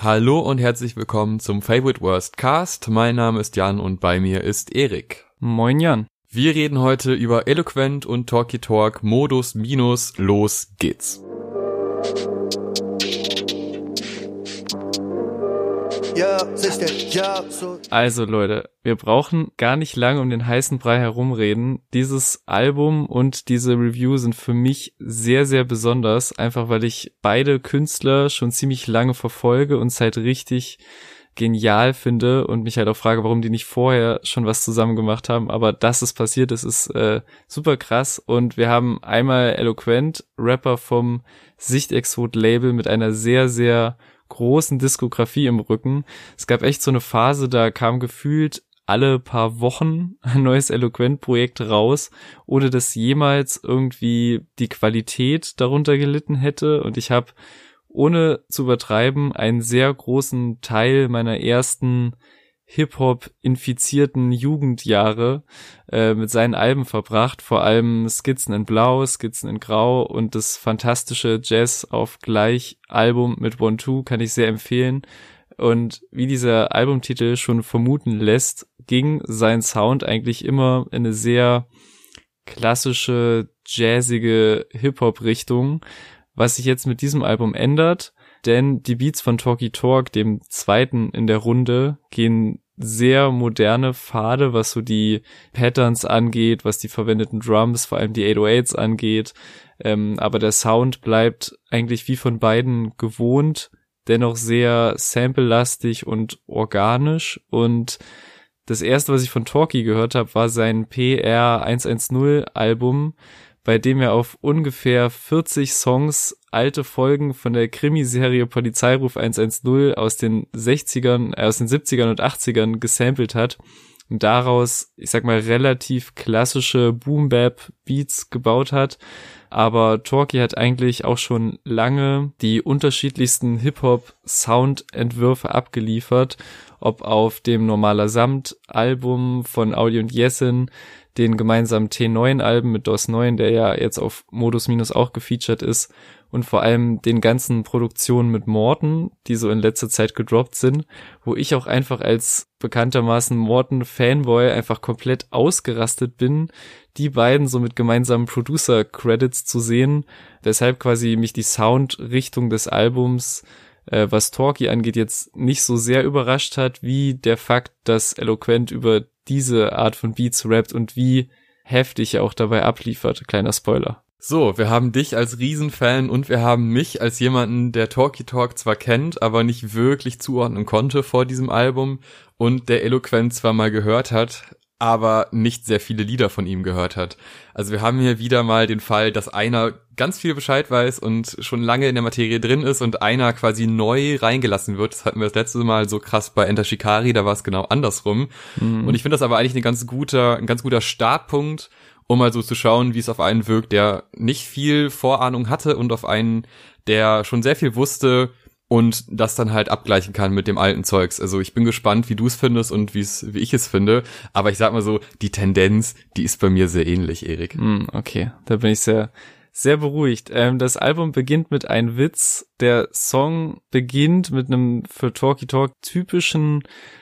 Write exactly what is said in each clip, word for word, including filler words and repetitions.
Hallo und herzlich willkommen zum Favorite Worst Cast. Mein Name ist Jan und bei mir ist Erik. Moin Jan. Wir reden heute über Eloquent und Talky Talk Modus Minus. Los geht's. Also Leute, wir brauchen gar nicht lange um den heißen Brei herumreden. Dieses Album und diese Review sind für mich sehr, sehr besonders, einfach weil ich beide Künstler schon ziemlich lange verfolge und es halt richtig genial finde und mich halt auch frage, warum die nicht vorher schon was zusammen gemacht haben, aber dass es passiert ist, ist äh, super krass. Und wir haben einmal Eloquent, Rapper vom Sichtexot-Label mit einer sehr, sehr großen Diskografie im Rücken. Es gab echt so eine Phase, da kam gefühlt alle paar Wochen ein neues Eloquent-Projekt raus, ohne dass jemals irgendwie die Qualität darunter gelitten hätte. Und ich habe, ohne zu übertreiben, einen sehr großen Teil meiner ersten Hip-Hop-infizierten Jugendjahre äh, mit seinen Alben verbracht, vor allem Skizzen in Blau, Skizzen in Grau und das fantastische Jazz auf gleich Album mit One Two kann ich sehr empfehlen. Und wie dieser Albumtitel schon vermuten lässt, ging sein Sound eigentlich immer in eine sehr klassische, jazzige Hip-Hop-Richtung, was sich jetzt mit diesem Album ändert. Denn die Beats von Talky Talk, dem zweiten in der Runde, gehen sehr moderne Pfade, was so die Patterns angeht, was die verwendeten Drums, vor allem die acht null achts angeht. Ähm, aber der Sound bleibt eigentlich wie von beiden gewohnt, dennoch sehr sample-lastig und organisch. Und das erste, was ich von Talky gehört habe, war sein P R hundertzehn Album, bei dem er auf ungefähr vierzig Songs alte Folgen von der Krimiserie Polizeiruf hundertzehn aus den sechzigern, äh, aus den siebzigern und achtzigern gesampelt hat und daraus, ich sag mal, relativ klassische Boom-Bap-Beats gebaut hat. Aber Talky hat eigentlich auch schon lange die unterschiedlichsten Hip-Hop-Sound-Entwürfe abgeliefert, ob auf dem Normaler Samt-Album von Audi und Jessin, den gemeinsamen T neun Alben mit DOS neun, der ja jetzt auf Modus Minus auch gefeatured ist, und vor allem den ganzen Produktionen mit Morten, die so in letzter Zeit gedroppt sind, wo ich auch einfach als bekanntermaßen Morten-Fanboy einfach komplett ausgerastet bin, die beiden so mit gemeinsamen Producer-Credits zu sehen, weshalb quasi mich die Soundrichtung des Albums, äh, was Talky angeht, jetzt nicht so sehr überrascht hat, wie der Fakt, dass Eloquent über diese Art von Beats rappt und wie heftig er auch dabei abliefert. Kleiner Spoiler. So, wir haben dich als Riesenfan und wir haben mich als jemanden, der Talky Talk zwar kennt, aber nicht wirklich zuordnen konnte vor diesem Album und der Eloquent zwar mal gehört hat, aber nicht sehr viele Lieder von ihm gehört hat. Also wir haben hier wieder mal den Fall, dass einer ganz viel Bescheid weiß und schon lange in der Materie drin ist und einer quasi neu reingelassen wird. Das hatten wir das letzte Mal so krass bei Enter Shikari, da war es genau andersrum. Mhm. Und ich finde das aber eigentlich ein ganz guter, ein ganz guter Startpunkt, um mal so zu schauen, wie es auf einen wirkt, der nicht viel Vorahnung hatte und auf einen, der schon sehr viel wusste und das dann halt abgleichen kann mit dem alten Zeugs. Also ich bin gespannt, wie du es findest und wie es, wie ich es finde. Aber ich sag mal so, die Tendenz, die ist bei mir sehr ähnlich, Erik. Mm, okay, da bin ich sehr, sehr beruhigt. Ähm, das Album beginnt mit einem Witz. Der Song beginnt mit einem für Talky Talk typischen,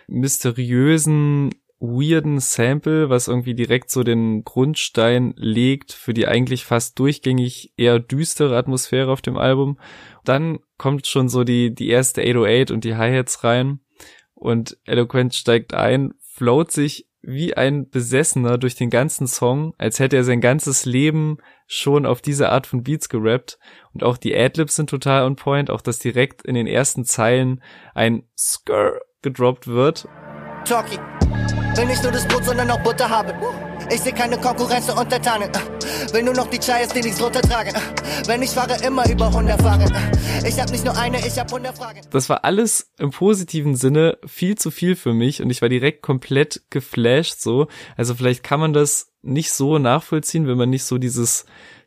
mysteriösen, weirden Sample, was irgendwie direkt so den Grundstein legt für die eigentlich fast durchgängig eher düstere Atmosphäre auf dem Album. Dann kommt schon so die die erste acht null acht und die Hi-Hats rein und Eloquent steigt ein, float sich wie ein Besessener durch den ganzen Song, als hätte er sein ganzes Leben schon auf diese Art von Beats gerappt. Und auch die Adlibs sind total on point, auch dass direkt in den ersten Zeilen ein Skrr gedroppt wird. Talky. Will nicht nur das Brot, sondern auch Butter haben. Ich sehe keine Konkurrenz zu untertanen. Will nur noch die Chais, den ich's runtertrage. Wenn ich fahre, immer über hundert fahren. Ich hab nicht nur eine, ich hab hundert Fragen. Das war alles im positiven Sinne viel zu viel für mich und ich war direkt komplett geflasht so. Also vielleicht kann man das nicht so nachvollziehen, wenn man nicht so dieses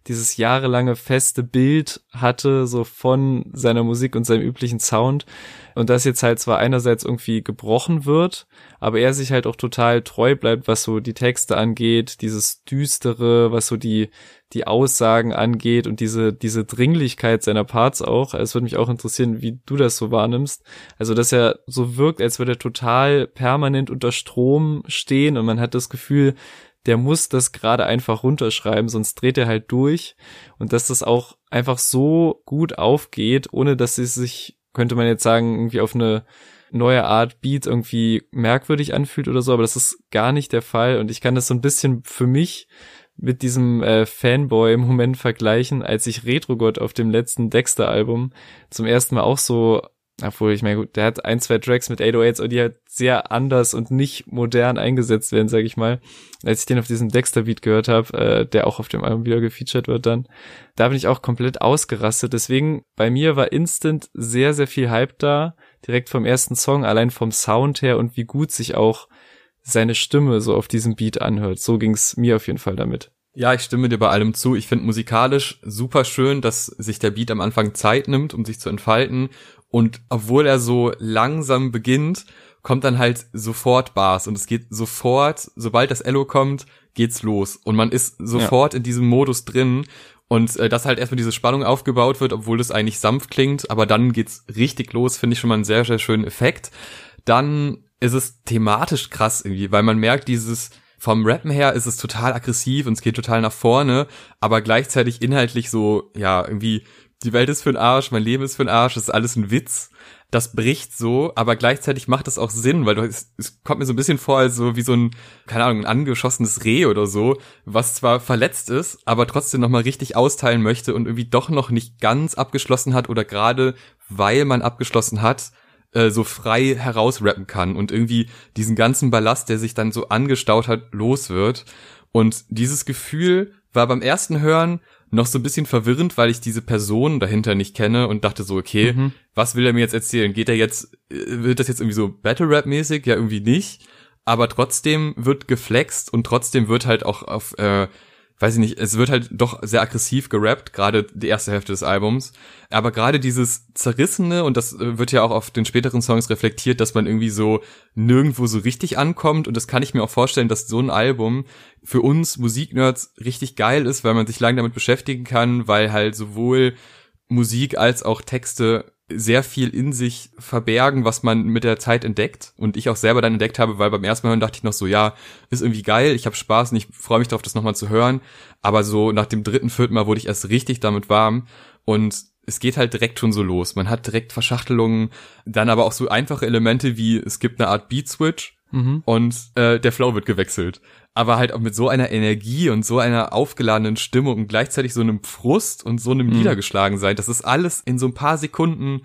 dieses jahrelange feste Bild hatte, so von seiner Musik und seinem üblichen Sound. Und das jetzt halt zwar einerseits irgendwie gebrochen wird, aber er sich halt auch total treu bleibt, was so die Texte angeht, dieses Düstere, was so die die Aussagen angeht und diese diese Dringlichkeit seiner Parts auch. Es würde mich auch interessieren, wie du das so wahrnimmst. Also, dass er so wirkt, als würde er total permanent unter Strom stehen und man hat das Gefühl, der muss das gerade einfach runterschreiben, sonst dreht er halt durch. Und dass das auch einfach so gut aufgeht, ohne dass es sich, könnte man jetzt sagen, irgendwie auf eine neue Art Beat irgendwie merkwürdig anfühlt oder so, aber das ist gar nicht der Fall. Und ich kann das so ein bisschen für mich mit diesem äh, Fanboy-Moment vergleichen, als ich Retrogott auf dem letzten Dexter-Album zum ersten Mal auch so, obwohl, ich meine, gut, der hat ein, zwei Tracks mit acht null acht, die halt sehr anders und nicht modern eingesetzt werden, sag ich mal. Als ich den auf diesem Dexter-Beat gehört habe, äh, der auch auf dem Album wieder gefeatured wird dann, da bin ich auch komplett ausgerastet. Deswegen, bei mir war instant sehr, sehr viel Hype da, direkt vom ersten Song, allein vom Sound her und wie gut sich auch seine Stimme so auf diesem Beat anhört. So ging's mir auf jeden Fall damit. Ja, ich stimme dir bei allem zu. Ich finde musikalisch super schön, dass sich der Beat am Anfang Zeit nimmt, um sich zu entfalten. Und obwohl er so langsam beginnt, kommt dann halt sofort Bars. Und es geht sofort, sobald das Ello kommt, geht's los. Und man ist sofort ja. in diesem Modus drin. Und äh, dass halt erstmal diese Spannung aufgebaut wird, obwohl das eigentlich sanft klingt. Aber dann geht's richtig los, finde ich schon mal einen sehr, sehr schönen Effekt. Dann ist es thematisch krass irgendwie, weil man merkt, dieses vom Rappen her ist es total aggressiv und es geht total nach vorne, aber gleichzeitig inhaltlich so, ja, irgendwie, die Welt ist für den Arsch, mein Leben ist für den Arsch, das ist alles ein Witz. Das bricht so, aber gleichzeitig macht es auch Sinn, weil du, es, es kommt mir so ein bisschen vor, als so wie so ein, keine Ahnung, ein angeschossenes Reh oder so, was zwar verletzt ist, aber trotzdem nochmal richtig austeilen möchte und irgendwie doch noch nicht ganz abgeschlossen hat oder gerade weil man abgeschlossen hat, so frei herausrappen kann und irgendwie diesen ganzen Ballast, der sich dann so angestaut hat, los wird. Und dieses Gefühl war beim ersten Hören noch so ein bisschen verwirrend, weil ich diese Person dahinter nicht kenne und dachte so, okay, mhm. was will er mir jetzt erzählen? Geht er jetzt, wird das jetzt irgendwie so Battle-Rap-mäßig? Ja, irgendwie nicht. Aber trotzdem wird geflext und trotzdem wird halt auch auf, äh, weiß ich nicht, es wird halt doch sehr aggressiv gerappt, gerade die erste Hälfte des Albums. Aber gerade dieses Zerrissene, und das wird ja auch auf den späteren Songs reflektiert, dass man irgendwie so nirgendwo so richtig ankommt. Und das kann ich mir auch vorstellen, dass so ein Album für uns Musiknerds richtig geil ist, weil man sich lange damit beschäftigen kann, weil halt sowohl Musik als auch Texte sehr viel in sich verbergen, was man mit der Zeit entdeckt und ich auch selber dann entdeckt habe, weil beim ersten Mal hören dachte ich noch so, ja, ist irgendwie geil, ich habe Spaß und ich freue mich darauf, das nochmal zu hören, aber so nach dem dritten, vierten Mal wurde ich erst richtig damit warm und es geht halt direkt schon so los, man hat direkt Verschachtelungen, dann aber auch so einfache Elemente wie, es gibt eine Art Beat-Switch mhm. und äh, der Flow wird gewechselt. Aber halt auch mit so einer Energie und so einer aufgeladenen Stimmung und gleichzeitig so einem Frust und so einem mhm. Niedergeschlagensein. Das ist alles in so ein paar Sekunden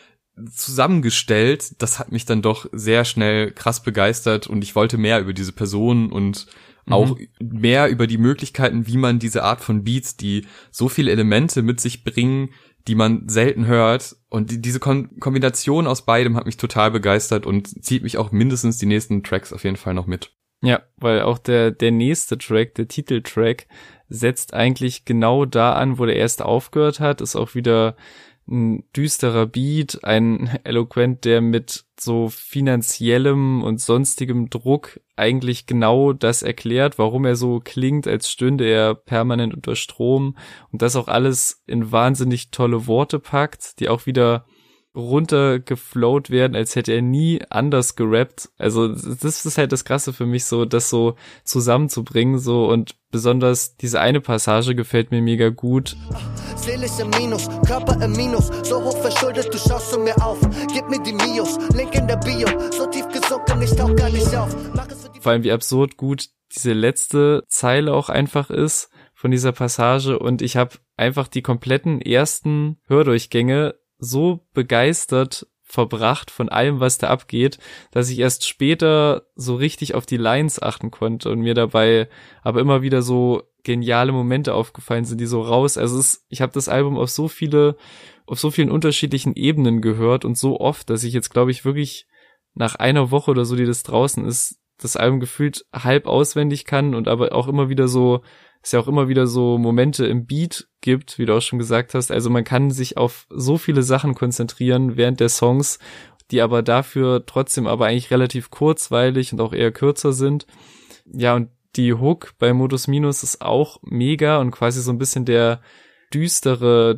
zusammengestellt. Das hat mich dann doch sehr schnell krass begeistert und ich wollte mehr über diese Person und mhm. auch mehr über die Möglichkeiten, wie man diese Art von Beats, die so viele Elemente mit sich bringen, die man selten hört. Und die, diese Kon- Kombination aus beidem hat mich total begeistert und zieht mich auch mindestens die nächsten Tracks auf jeden Fall noch mit. Ja, weil auch der der nächste Track, der Titeltrack, setzt eigentlich genau da an, wo der erste aufgehört hat. Ist auch wieder ein düsterer Beat, ein Eloquent, der mit so finanziellem und sonstigem Druck eigentlich genau das erklärt, warum er so klingt, als stünde er permanent unter Strom und das auch alles in wahnsinnig tolle Worte packt, die auch wieder runtergeflowt werden, als hätte er nie anders gerappt. Also das ist halt das Krasse für mich, so das so zusammenzubringen, so, und besonders diese eine Passage gefällt mir mega gut. Seele ist im Minus, Körper im Minus, so hoch verschuldet, du schaust zu mir auf. Gib mir die Mios, Link in der Bio, so tief gesunken, ich tauch gar nicht auf. Vor allem wie absurd gut diese letzte Zeile auch einfach ist von dieser Passage, und ich habe einfach die kompletten ersten Hördurchgänge so begeistert verbracht von allem, was da abgeht, dass ich erst später so richtig auf die Lines achten konnte und mir dabei aber immer wieder so geniale Momente aufgefallen sind, die so raus, also es ist, ich habe das Album auf so viele, auf so vielen unterschiedlichen Ebenen gehört und so oft, dass ich jetzt, glaube ich, wirklich nach einer Woche oder so, die das draußen ist, das Album gefühlt halb auswendig kann und aber auch immer wieder so es ja auch immer wieder so Momente im Beat gibt, wie du auch schon gesagt hast. Also man kann sich auf so viele Sachen konzentrieren während der Songs, die aber dafür trotzdem aber eigentlich relativ kurzweilig und auch eher kürzer sind. Ja, und die Hook bei Modus Minus ist auch mega und quasi so ein bisschen der düstere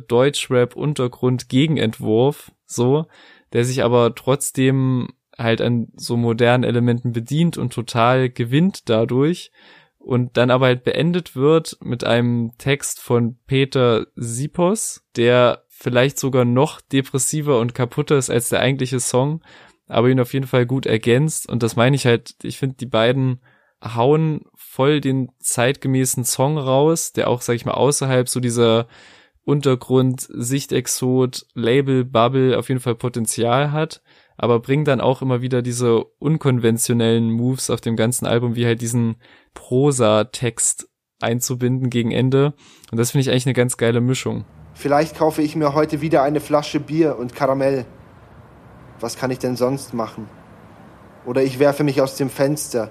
Deutschrap-Untergrund-Gegenentwurf, so, der sich aber trotzdem halt an so modernen Elementen bedient und total gewinnt dadurch und dann aber halt beendet wird mit einem Text von Peter Sipos, der vielleicht sogar noch depressiver und kaputter ist als der eigentliche Song, aber ihn auf jeden Fall gut ergänzt und das meine ich halt, ich finde, die beiden hauen voll den zeitgemäßen Song raus, der auch, sag ich mal, außerhalb so dieser Untergrund, Sichtexot, Label, Bubble auf jeden Fall Potenzial hat, aber bringen dann auch immer wieder diese unkonventionellen Moves auf dem ganzen Album, wie halt diesen Prosa-Text einzubinden gegen Ende. Und das finde ich eigentlich eine ganz geile Mischung. Vielleicht kaufe ich mir heute wieder eine Flasche Bier und Karamell. Was kann ich denn sonst machen? Oder ich werfe mich aus dem Fenster.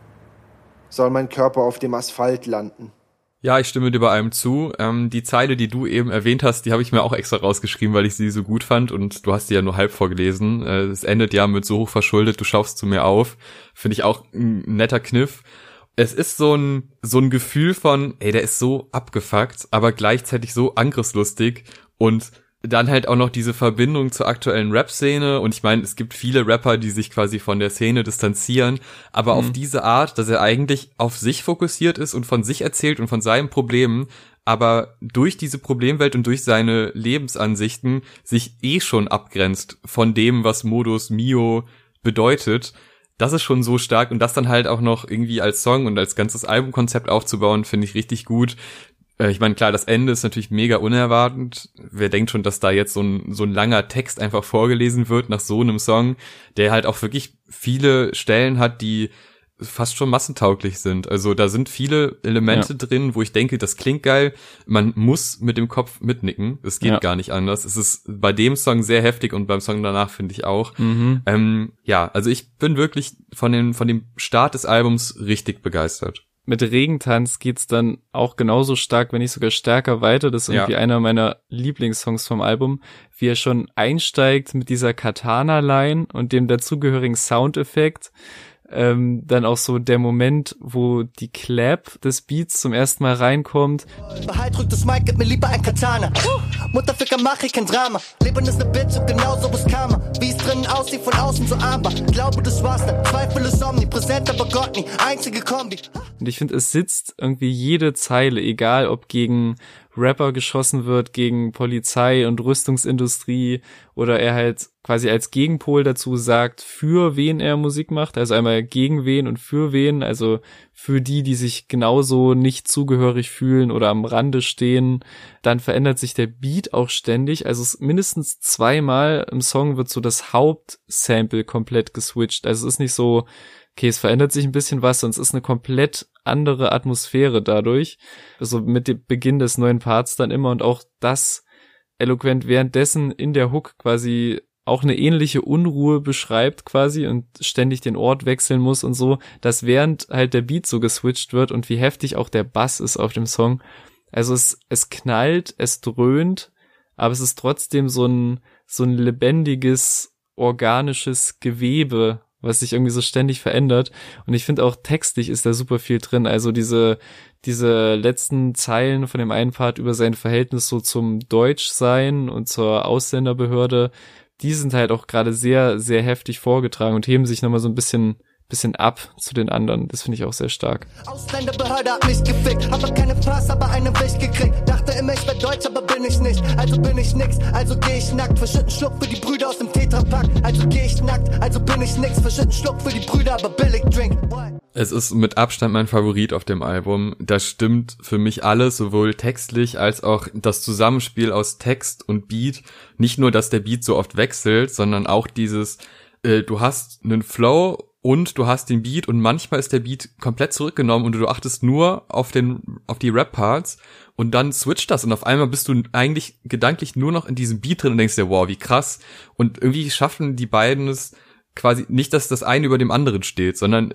Soll mein Körper auf dem Asphalt landen? Ja, ich stimme dir bei allem zu. Ähm, die Zeile, die du eben erwähnt hast, die habe ich mir auch extra rausgeschrieben, weil ich sie so gut fand und du hast die ja nur halb vorgelesen. Äh, es endet ja mit so hoch verschuldet, du schaust zu mir auf. Finde ich auch ein netter Kniff. Es ist so ein so ein Gefühl von, ey, der ist so abgefuckt, aber gleichzeitig so angriffslustig und dann halt auch noch diese Verbindung zur aktuellen Rap-Szene und ich meine, es gibt viele Rapper, die sich quasi von der Szene distanzieren, aber mhm. auf diese Art, dass er eigentlich auf sich fokussiert ist und von sich erzählt und von seinen Problemen, aber durch diese Problemwelt und durch seine Lebensansichten sich eh schon abgrenzt von dem, was Modus Mio bedeutet. Das ist schon so stark und das dann halt auch noch irgendwie als Song und als ganzes Albumkonzept aufzubauen, finde ich richtig gut. Ich meine, klar, das Ende ist natürlich mega unerwartend. Wer denkt schon, dass da jetzt so ein so ein langer Text einfach vorgelesen wird nach so einem Song, der halt auch wirklich viele Stellen hat, die fast schon massentauglich sind. Also da sind viele Elemente ja. drin, wo ich denke, das klingt geil. Man muss mit dem Kopf mitnicken. Es geht ja. gar nicht anders. Es ist bei dem Song sehr heftig und beim Song danach finde ich auch. Mhm. Ähm, ja, also ich bin wirklich von dem von dem Start des Albums richtig begeistert. Mit Regentanz geht's dann auch genauso stark, wenn nicht sogar stärker weiter. Das ist irgendwie ja. einer meiner Lieblingssongs vom Album, wie er schon einsteigt mit dieser Katana-Line und dem dazugehörigen Soundeffekt. Ähm, dann auch so der Moment, wo die Clap des Beats zum ersten Mal reinkommt. Behalt, drück das Mic, gib mir lieber ein Katana. Mutterficker, mach ich kein Drama. Leben ist ne Bitch und genau so ist Karma. Wie es drinnen aussieht, von außen so armbar. Glaube, das war's dann. Zweifel ist omnipräsent, aber Gott nie. Einzige Kombi. Und ich finde, es sitzt irgendwie jede Zeile, egal ob gegen Rapper geschossen wird, gegen Polizei und Rüstungsindustrie oder er halt quasi als Gegenpol dazu sagt, für wen er Musik macht, also einmal gegen wen und für wen, also für die, die sich genauso nicht zugehörig fühlen oder am Rande stehen. Dann verändert sich der Beat auch ständig, also es mindestens zweimal im Song wird so das Hauptsample komplett geswitcht, also es ist nicht so, okay, es verändert sich ein bisschen was, sonst ist eine komplett andere Atmosphäre dadurch. Also mit dem Beginn des neuen Parts dann immer und auch das eloquent währenddessen in der Hook quasi auch eine ähnliche Unruhe beschreibt quasi und ständig den Ort wechseln muss und so, dass während halt der Beat so geswitcht wird und wie heftig auch der Bass ist auf dem Song. Also es, es knallt, es dröhnt, aber es ist trotzdem so ein, so ein lebendiges, organisches Gewebe, was sich irgendwie so ständig verändert. Und ich finde auch textlich ist da super viel drin. Also diese diese letzten Zeilen von dem einen Part über sein Verhältnis so zum Deutschsein und zur Ausländerbehörde, die sind halt auch gerade sehr, sehr heftig vorgetragen und heben sich nochmal so ein bisschen bisschen ab zu den anderen. Das finde ich auch sehr stark. Ausländerbehörde hat mich gefickt, aber keine Pass, aber eine Wicht gekriegt. Dachte immer, ich wär deutsch, aber bin ich nicht. Also bin ich nix, also geh ich nackt. Verschütten Schluck für die Brüder aus dem Tetrapack. Also geh ich nackt, also bin ich nix. Verschütten Schluck für die Brüder, aber billig Drink. Es ist mit Abstand mein Favorit auf dem Album. Das stimmt für mich alles, sowohl textlich als auch das Zusammenspiel aus Text und Beat. Nicht nur, dass der Beat so oft wechselt, sondern auch dieses, äh, du hast einen Flow und du hast den Beat und manchmal ist der Beat komplett zurückgenommen und du achtest nur auf den auf die Rap-Parts und dann switcht das und auf einmal bist du eigentlich gedanklich nur noch in diesem Beat drin und denkst dir, wow, wie krass. Und irgendwie schaffen die beiden es quasi nicht, dass das eine über dem anderen steht, sondern es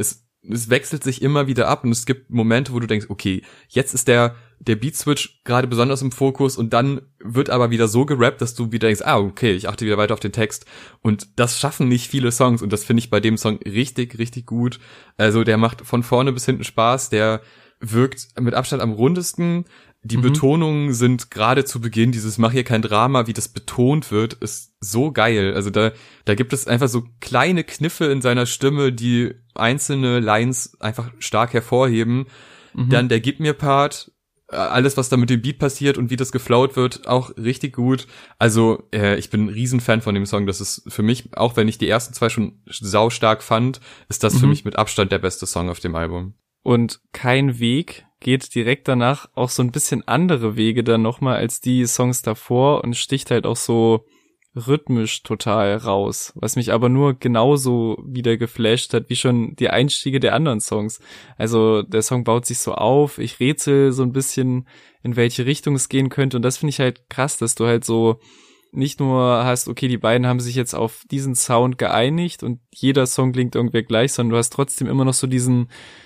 es wechselt sich immer wieder ab und es gibt Momente, wo du denkst, okay, jetzt ist der der Beat-Switch gerade besonders im Fokus und dann wird aber wieder so gerappt, dass du wieder denkst, ah, okay, ich achte wieder weiter auf den Text. Und das schaffen nicht viele Songs und das finde ich bei dem Song richtig, richtig gut. Also der macht von vorne bis hinten Spaß, der wirkt mit Abstand am rundesten. Die mhm. Betonungen sind gerade zu Beginn, dieses Mach hier kein Drama, wie das betont wird, ist so geil. Also da da gibt es einfach so kleine Kniffe in seiner Stimme, die einzelne Lines einfach stark hervorheben. Mhm. Dann der Gib mir Part, alles, was da mit dem Beat passiert und wie das geflowt wird, auch richtig gut. Also äh, ich bin ein Riesenfan von dem Song. Das ist für mich, auch wenn ich die ersten zwei schon saustark fand, ist das mhm. für mich mit Abstand der beste Song auf dem Album. Und Kein Weg geht direkt danach auch so ein bisschen andere Wege dann nochmal als die Songs davor und sticht halt auch so rhythmisch total raus, was mich aber nur genauso wieder geflasht hat, wie schon die Einstiege der anderen Songs. Also der Song baut sich so auf, ich rätsel so ein bisschen, in welche Richtung es gehen könnte und das finde ich halt krass, dass du halt so nicht nur hast, okay, die beiden haben sich jetzt auf diesen Sound geeinigt und jeder Song klingt irgendwie gleich, sondern du hast trotzdem immer noch so diesen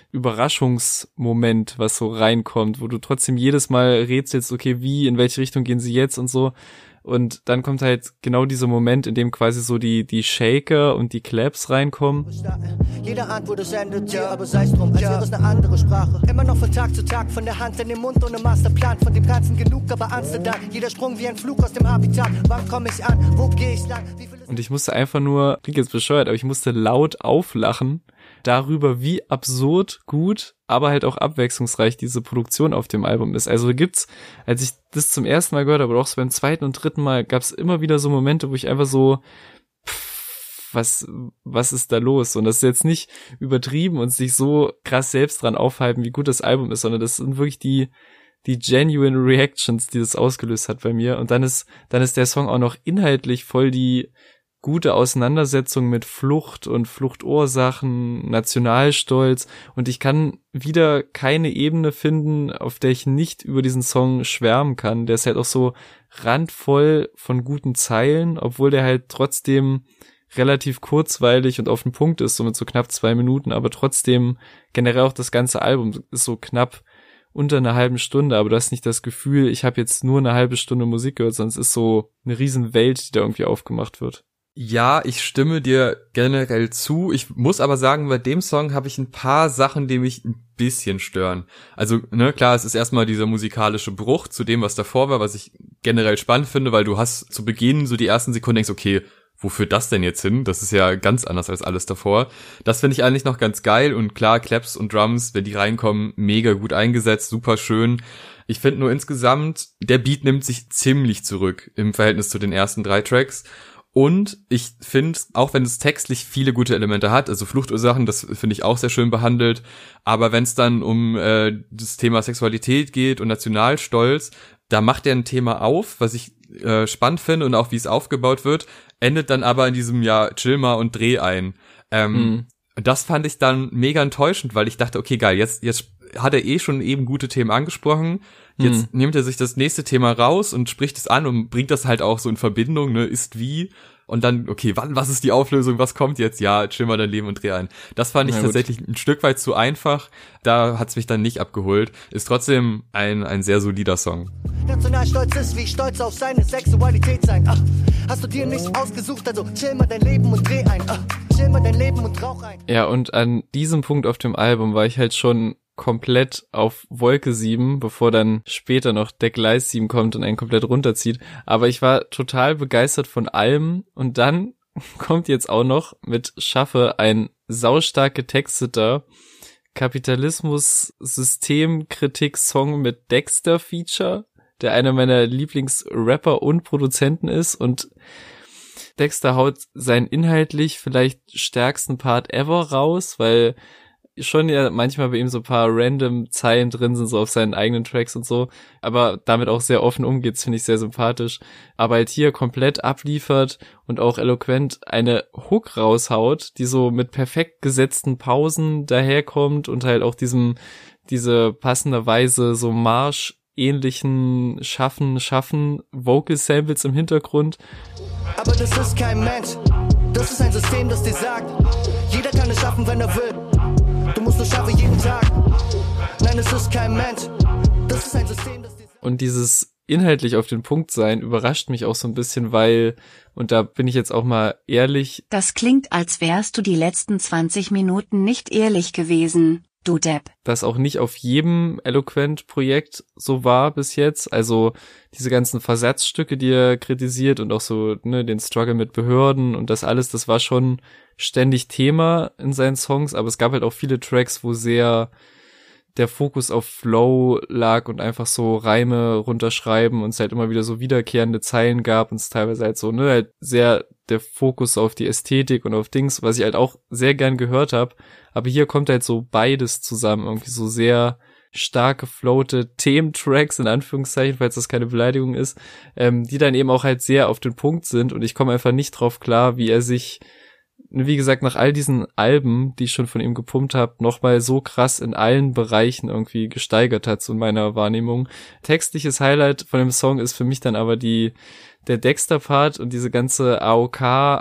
Überraschungsmoment, was so reinkommt, wo du trotzdem jedes Mal rätselst, okay, wie, in welche Richtung gehen sie jetzt und so. Und dann kommt halt genau dieser Moment, in dem quasi so die die Shaker und die Claps reinkommen. Jeder ahnt, wo das endet, ja, aber sei's drum, als wäre es eine andere Sprache. Immer noch von Tag zu Tag, von der Hand in den Mund, ohne Masterplan. Von dem Ganzen genug, aber Amsterdam. Jeder Sprung wie ein Flug aus dem Habitat. Wann komm ich an, wo geh ich lang? Und ich musste einfach nur, klingt jetzt bescheuert, aber ich musste laut auflachen darüber, wie absurd gut, aber halt auch abwechslungsreich diese Produktion auf dem Album ist. Also gibt's, als ich das zum ersten Mal gehört habe, aber auch so beim zweiten und dritten Mal, gab's immer wieder so Momente, wo ich einfach so, pff, was, was ist da los? Und das ist jetzt nicht übertrieben und sich so krass selbst dran aufhalten, wie gut das Album ist, sondern das sind wirklich die, die genuine Reactions, die das ausgelöst hat bei mir. Und dann ist, dann ist der Song auch noch inhaltlich voll die gute Auseinandersetzung mit Flucht und Fluchtursachen, Nationalstolz und ich kann wieder keine Ebene finden, auf der ich nicht über diesen Song schwärmen kann. Der ist halt auch so randvoll von guten Zeilen, obwohl der halt trotzdem relativ kurzweilig und auf den Punkt ist, so mit so knapp zwei Minuten, aber trotzdem generell auch das ganze Album ist so knapp unter einer halben Stunde, aber du hast nicht das Gefühl, ich habe jetzt nur eine halbe Stunde Musik gehört, sondern es ist so eine riesen Welt, die da irgendwie aufgemacht wird. Ja, ich stimme dir generell zu. Ich muss aber sagen, bei dem Song habe ich ein paar Sachen, die mich ein bisschen stören. Also, ne, klar, es ist erstmal dieser musikalische Bruch zu dem, was davor war, was ich generell spannend finde, weil du hast zu Beginn so die ersten Sekunden denkst, okay, wo führt das denn jetzt hin? Das ist ja ganz anders als alles davor. Das finde ich eigentlich noch ganz geil und klar, Claps und Drums, wenn die reinkommen, mega gut eingesetzt, super schön. Ich finde nur insgesamt, der Beat nimmt sich ziemlich zurück im Verhältnis zu den ersten drei Tracks. Und ich finde, auch wenn es textlich viele gute Elemente hat, also Fluchtursachen, das finde ich auch sehr schön behandelt, aber wenn es dann um äh, das Thema Sexualität geht und Nationalstolz, da macht er ein Thema auf, was ich äh, spannend finde und auch wie es aufgebaut wird, endet dann aber in diesem, ja, chill mal und dreh ein. Ähm, mhm. Das fand ich dann mega enttäuschend, weil ich dachte, okay, geil, jetzt jetzt hat er eh schon eben gute Themen angesprochen, jetzt mhm. nimmt er sich das nächste Thema raus und spricht es an und bringt das halt auch so in Verbindung, ne, ist wie, und dann, okay, wann, was ist die Auflösung, was kommt jetzt? Ja, chill mal dein Leben und dreh ein. Das fand ich tatsächlich ein Stück weit zu einfach, da hat's mich dann nicht abgeholt, ist trotzdem ein ein sehr solider Song. Nationalstolz ist wie stolz auf seine Sexualität sein. Ach, hast du dir nicht ausgesucht, also chill mal dein Leben und dreh ein. Ach, chill mal dein Leben und rauch ein. Ja, und an diesem Punkt auf dem Album war ich halt schon komplett auf Wolke sieben, bevor dann später noch der Gleis sieben kommt und einen komplett runterzieht. Aber ich war total begeistert von allem und dann kommt jetzt auch noch mit Schaffe ein saustark getexteter Kapitalismus-Systemkritik-Song mit Dexter-Feature, der einer meiner Lieblings-Rapper und Produzenten ist und Dexter haut seinen inhaltlich vielleicht stärksten Part ever raus, weil schon ja manchmal bei ihm so ein paar random Zeilen drin sind, so auf seinen eigenen Tracks und so, aber damit auch sehr offen umgeht, finde ich sehr sympathisch. Aber halt hier komplett abliefert und auch eloquent eine Hook raushaut, die so mit perfekt gesetzten Pausen daherkommt und halt auch diesem, diese passenderweise so Marsch-ähnlichen Schaffen, Schaffen, Vocal-Samples im Hintergrund. Aber das ist kein Mensch, das ist ein System, das dir sagt, jeder kann es schaffen, wenn er will. Du musst schaffe jeden Tag. Nein, es ist kein Mensch, das ist ein System, das... Und dieses inhaltlich auf den Punkt sein überrascht mich auch so ein bisschen, weil, und da bin ich jetzt auch mal ehrlich... Das klingt, als wärst du die letzten zwanzig Minuten nicht ehrlich gewesen, du Depp. Das auch nicht auf jedem Eloquent-Projekt so war bis jetzt. Also diese ganzen Versatzstücke, die er kritisiert und auch so ne, den Struggle mit Behörden und das alles, das war schon ständig Thema in seinen Songs, aber es gab halt auch viele Tracks, wo sehr der Fokus auf Flow lag und einfach so Reime runterschreiben und es halt immer wieder so wiederkehrende Zeilen gab und es teilweise halt so, ne, halt sehr der Fokus auf die Ästhetik und auf Dings, was ich halt auch sehr gern gehört habe. Aber hier kommt halt so beides zusammen, irgendwie so sehr stark geflowte Thementracks, in Anführungszeichen, falls das keine Beleidigung ist, ähm, die dann eben auch halt sehr auf den Punkt sind und ich komme einfach nicht drauf klar, wie er sich, wie gesagt, nach all diesen Alben, die ich schon von ihm gepumpt habe, nochmal so krass in allen Bereichen irgendwie gesteigert hat, so in meiner Wahrnehmung. Textliches Highlight von dem Song ist für mich dann aber die der Dexter-Part und diese ganze A O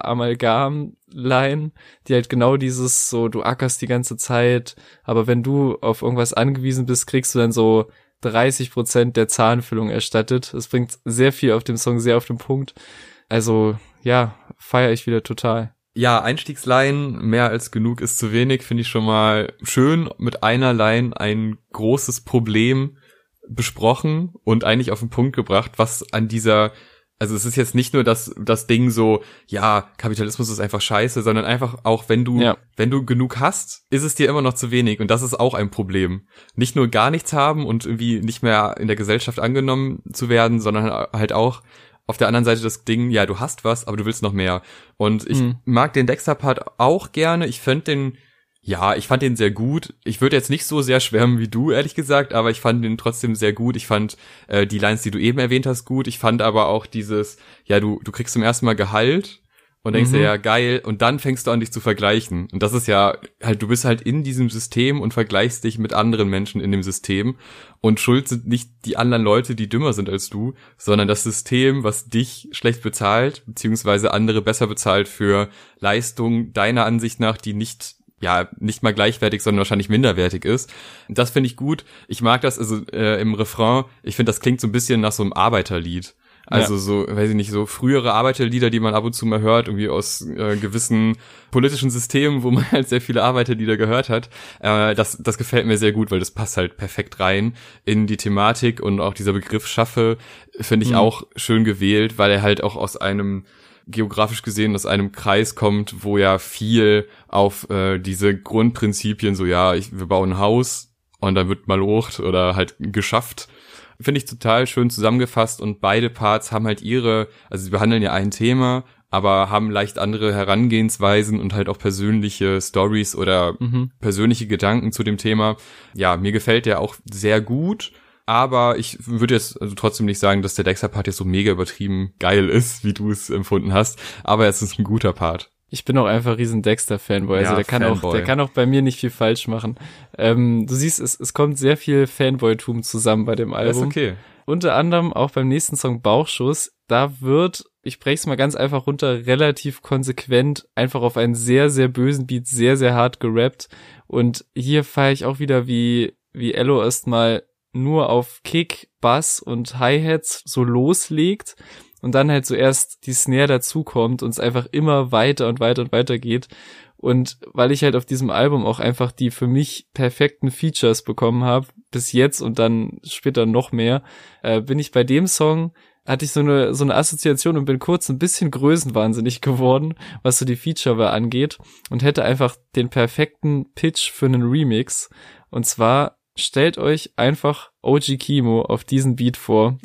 K-Amalgam-Line, die halt genau dieses so, du ackerst die ganze Zeit, aber wenn du auf irgendwas angewiesen bist, kriegst du dann so dreißig Prozent der Zahnfüllung erstattet. Das bringt sehr viel auf dem Song, sehr auf den Punkt. Also, ja, feiere ich wieder total. Ja, Einstiegsline, mehr als genug ist zu wenig, finde ich schon mal schön. Mit einer Line ein großes Problem besprochen und eigentlich auf den Punkt gebracht, was an dieser, also es ist jetzt nicht nur das, das Ding so, ja, Kapitalismus ist einfach scheiße, sondern einfach auch, wenn du, ja. wenn du genug hast, ist es dir immer noch zu wenig und das ist auch ein Problem. Nicht nur gar nichts haben und irgendwie nicht mehr in der Gesellschaft angenommen zu werden, sondern halt auch auf der anderen Seite das Ding, ja, du hast was, aber du willst noch mehr. Und ich mhm. mag den Dexter-Part auch gerne. Ich fand den, ja, ich fand den sehr gut. Ich würde jetzt nicht so sehr schwärmen wie du, ehrlich gesagt, aber ich fand den trotzdem sehr gut. Ich fand äh, die Lines, die du eben erwähnt hast, gut. Ich fand aber auch dieses, ja, du du kriegst zum ersten Mal Gehalt und denkst dir, mhm. ja, geil, und dann fängst du an, dich zu vergleichen. Und das ist ja halt, du bist halt in diesem System und vergleichst dich mit anderen Menschen in dem System. Und schuld sind nicht die anderen Leute, die dümmer sind als du, sondern das System, was dich schlecht bezahlt, beziehungsweise andere besser bezahlt für Leistungen deiner Ansicht nach, die nicht, ja, nicht mal gleichwertig, sondern wahrscheinlich minderwertig ist. Das finde ich gut. Ich mag das, also äh, im Refrain, ich finde, das klingt so ein bisschen nach so einem Arbeiterlied. Also ja. so, weiß ich nicht, so frühere Arbeiterlieder, die man ab und zu mal hört, irgendwie aus äh, gewissen politischen Systemen, wo man halt sehr viele Arbeiterlieder gehört hat. Äh, das das gefällt mir sehr gut, weil das passt halt perfekt rein in die Thematik und auch dieser Begriff Schaffe finde ich mhm. auch schön gewählt, weil er halt auch aus einem, geografisch gesehen, aus einem Kreis kommt, wo ja viel auf äh, diese Grundprinzipien, so ja, ich, wir bauen ein Haus und dann wird malocht oder halt geschafft. Finde ich total schön zusammengefasst und beide Parts haben halt ihre, also sie behandeln ja ein Thema, aber haben leicht andere Herangehensweisen und halt auch persönliche Stories oder mhm. persönliche Gedanken zu dem Thema. Ja, mir gefällt der auch sehr gut, aber ich würde jetzt also trotzdem nicht sagen, dass der Dexter-Part jetzt so mega übertrieben geil ist, wie du es empfunden hast, aber es ist ein guter Part. Ich bin auch einfach riesen Dexter-Fanboy, also ja, der kann Fanboy. auch, der kann auch bei mir nicht viel falsch machen. Ähm, du siehst, es, es kommt sehr viel Fanboy-Tum zusammen bei dem Album. Das ist okay. Unter anderem auch beim nächsten Song Bauchschuss, da wird, ich brech's mal ganz einfach runter, relativ konsequent einfach auf einen sehr, sehr bösen Beat sehr, sehr hart gerappt und hier feiere ich auch wieder, wie, wie Ello erstmal nur auf Kick, Bass und Hi-Hats so loslegt und dann halt so erst die Snare dazukommt und es einfach immer weiter und weiter und weiter geht. Und weil ich halt auf diesem Album auch einfach die für mich perfekten Features bekommen habe, bis jetzt und dann später noch mehr, äh, bin ich bei dem Song, hatte ich so eine so eine Assoziation und bin kurz ein bisschen größenwahnsinnig geworden, was so die Feature angeht und hätte einfach den perfekten Pitch für einen Remix. Und zwar stellt euch einfach O G Kimo auf diesen Beat vor.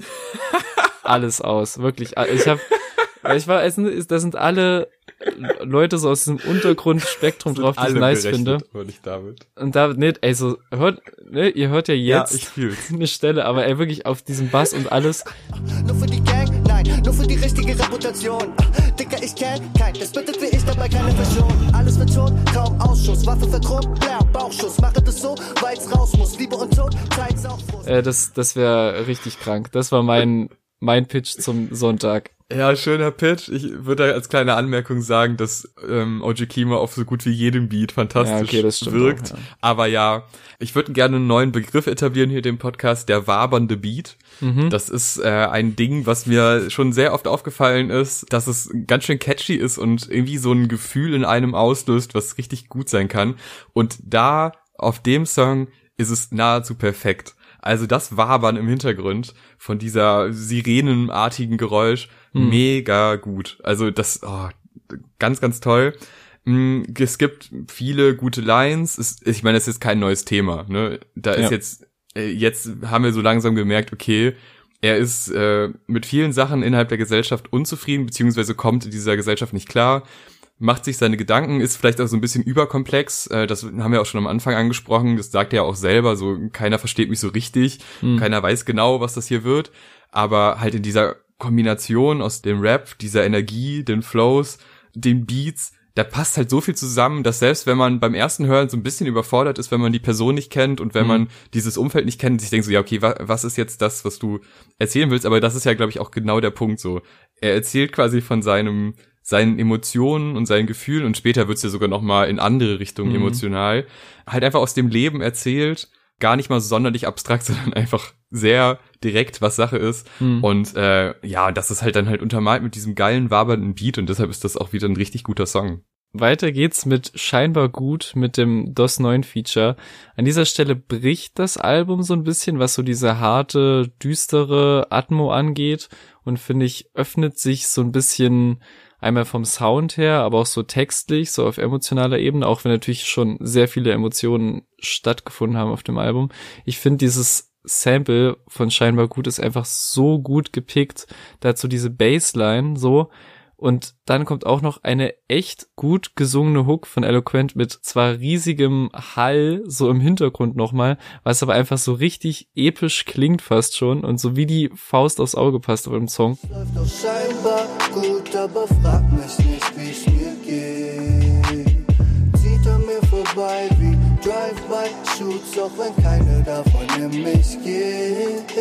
Alles aus, wirklich. Ich habe, ich war, es sind, da sind alle Leute so aus diesem Untergrundspektrum drauf, die ich nice finde. Nicht damit. Und da, ne, ey, so, hört, ne, ihr hört ja jetzt ja, ich fühl's. eine Stelle, aber ey, wirklich auf diesem Bass und alles. Nur für die Gang, nein, nur für die richtige Reputation. Dicker, ich kenn kein, das bittet wie ich dabei keine Version. Alles wird tot, kaum Ausschuss, Waffe verkrummt, blau, Bauchschuss. Mache das so, weil's raus muss. Liebe und Tod, Zeit's auch Frust. Äh, das, das wäre richtig krank. Das war mein, mein Pitch zum Sonntag. Ja, schöner Pitch. Ich würde als kleine Anmerkung sagen, dass ähm, O G Kimo auf so gut wie jedem Beat fantastisch ja, okay, das wirkt. Auch, ja. Aber ja, ich würde gerne einen neuen Begriff etablieren hier im Podcast, der wabernde Beat. Mhm. Das ist äh, ein Ding, was mir schon sehr oft aufgefallen ist, dass es ganz schön catchy ist und irgendwie so ein Gefühl in einem auslöst, was richtig gut sein kann. Und da, auf dem Song, ist es nahezu perfekt. Also das Wabern im Hintergrund von dieser sirenenartigen Geräusch, hm. mega gut. Also das, oh, ganz, ganz toll. Es gibt viele gute Lines. Es, ich meine, es ist kein neues Thema, ne? Da ist ja. jetzt, jetzt haben wir so langsam gemerkt, okay, er ist äh, mit vielen Sachen innerhalb der Gesellschaft unzufrieden, beziehungsweise kommt in dieser Gesellschaft nicht klar, macht sich seine Gedanken, ist vielleicht auch so ein bisschen überkomplex, äh, das haben wir auch schon am Anfang angesprochen, das sagt er ja auch selber, so keiner versteht mich so richtig, hm. keiner weiß genau, was das hier wird, aber halt in dieser Kombination aus dem Rap, dieser Energie, den Flows, den Beats, da passt halt so viel zusammen, dass selbst wenn man beim ersten Hören so ein bisschen überfordert ist, wenn man die Person nicht kennt und wenn mhm. man dieses Umfeld nicht kennt, sich denkt so, ja okay, wa- was ist jetzt das, was du erzählen willst, aber das ist ja, glaube ich, auch genau der Punkt so. Er erzählt quasi von seinem seinen Emotionen und seinen Gefühlen und später wird's ja sogar nochmal in andere Richtungen mhm. emotional, halt einfach aus dem Leben erzählt, gar nicht mal sonderlich abstrakt, sondern einfach sehr direkt, was Sache ist. Mhm. Und äh, ja, das ist halt dann halt untermalt mit diesem geilen, wabernden Beat und deshalb ist das auch wieder ein richtig guter Song. Weiter geht's mit Scheinbar gut, mit dem D O S neun Feature. An dieser Stelle bricht das Album so ein bisschen, was so diese harte, düstere Atmo angeht und finde ich, öffnet sich so ein bisschen einmal vom Sound her, aber auch so textlich, so auf emotionaler Ebene, auch wenn natürlich schon sehr viele Emotionen stattgefunden haben auf dem Album. Ich finde dieses Sample von Scheinbar gut ist einfach so gut gepickt, dazu diese Bassline so und dann kommt auch noch eine echt gut gesungene Hook von Eloquent mit zwar riesigem Hall so im Hintergrund nochmal, was aber einfach so richtig episch klingt fast schon und so wie die Faust aufs Auge passt auf dem Song. Läuft doch scheinbar gut, aber frag mich nicht, wie es mir geht. Zieht an mir vorbei wie Drive-by-Shoots, auch wenn keine davon in mich geht.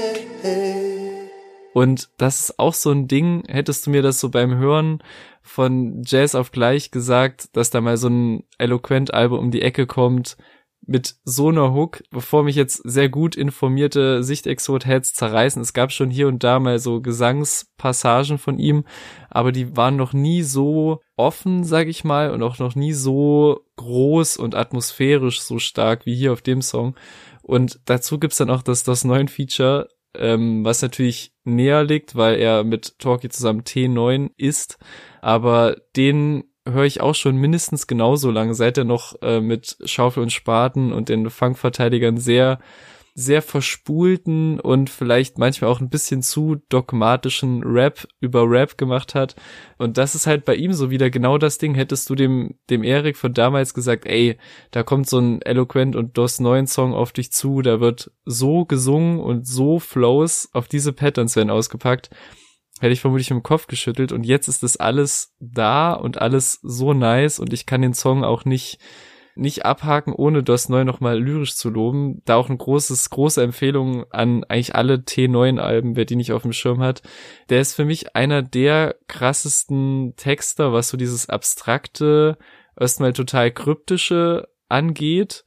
Und das ist auch so ein Ding, hättest du mir das so beim Hören von Jazz auf gleich gesagt, dass da mal so ein Eloquent-Album um die Ecke kommt mit so einer Hook, bevor mich jetzt sehr gut informierte Sichtexot-Heads zerreißen. Es gab schon hier und da mal so Gesangspassagen von ihm, aber die waren noch nie so offen, sag ich mal, und auch noch nie so groß und atmosphärisch so stark wie hier auf dem Song. Und dazu gibt's dann auch das D O S neun Feature, Ähm, was natürlich näher liegt, weil er mit Talkie zusammen T neun ist, aber den höre ich auch schon mindestens genauso lange, seit er noch äh, mit Schaufel und Spaten und den Funkverteidigern sehr, sehr verspulten und vielleicht manchmal auch ein bisschen zu dogmatischen Rap über Rap gemacht hat. Und das ist halt bei ihm so wieder genau das Ding. Hättest du dem dem Erik von damals gesagt, ey, da kommt so ein Eloquent und D O S neun Song auf dich zu, da wird so gesungen und so Flows auf diese Patterns werden ausgepackt, hätte ich vermutlich im Kopf geschüttelt. Und jetzt ist das alles da und alles so nice und ich kann den Song auch nicht nicht abhaken, ohne D O S neun nochmal lyrisch zu loben. Da auch ein großes, große Empfehlung an eigentlich alle T neun Alben, wer die nicht auf dem Schirm hat. Der ist für mich einer der krassesten Texter, was so dieses abstrakte, erstmal total kryptische angeht,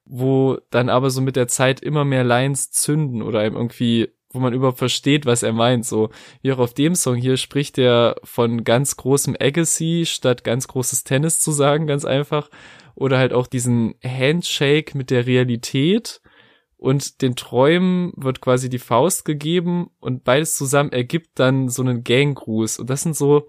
wo dann aber so mit der Zeit immer mehr Lines zünden oder einem irgendwie, wo man überhaupt versteht, was er meint. So, wie auch auf dem Song hier spricht er von ganz großem Agassi statt ganz großes Tennis zu sagen, ganz einfach. Oder halt auch diesen Handshake mit der Realität und den Träumen wird quasi die Faust gegeben und beides zusammen ergibt dann so einen Ganggruß. Und das sind so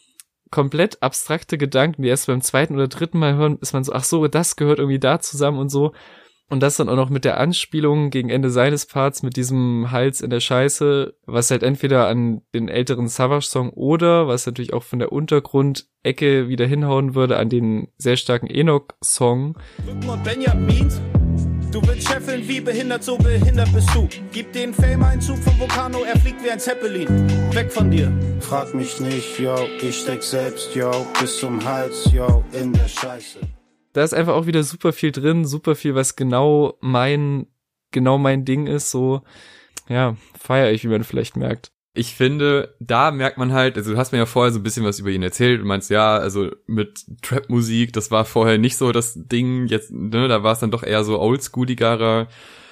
komplett abstrakte Gedanken, die erst beim zweiten oder dritten Mal hören, ist man so, ach so, das gehört irgendwie da zusammen und so. Und das dann auch noch mit der Anspielung gegen Ende seines Parts mit diesem Hals in der Scheiße, was halt entweder an den älteren Savage-Song oder, was natürlich auch von der Untergrundecke wieder hinhauen würde, an den sehr starken Enoch-Song. Und Benjamin, du willst scheffeln wie behindert, so behindert bist du. Gib den Fame-Einzug vom Vulcano, er fliegt wie ein Zeppelin. Weg von dir. Frag mich nicht, yo, ich steck selbst, yo, bis zum Hals, yo, in der Scheiße. Da ist einfach auch wieder super viel drin, super viel, was genau mein, genau mein Ding ist, so, ja, feiere ich, wie man vielleicht merkt. Ich finde, da merkt man halt, also du hast mir ja vorher so ein bisschen was über ihn erzählt und meinst, ja, also mit Trap-Musik, das war vorher nicht so das Ding, jetzt, ne, da war es dann doch eher so oldschooligerer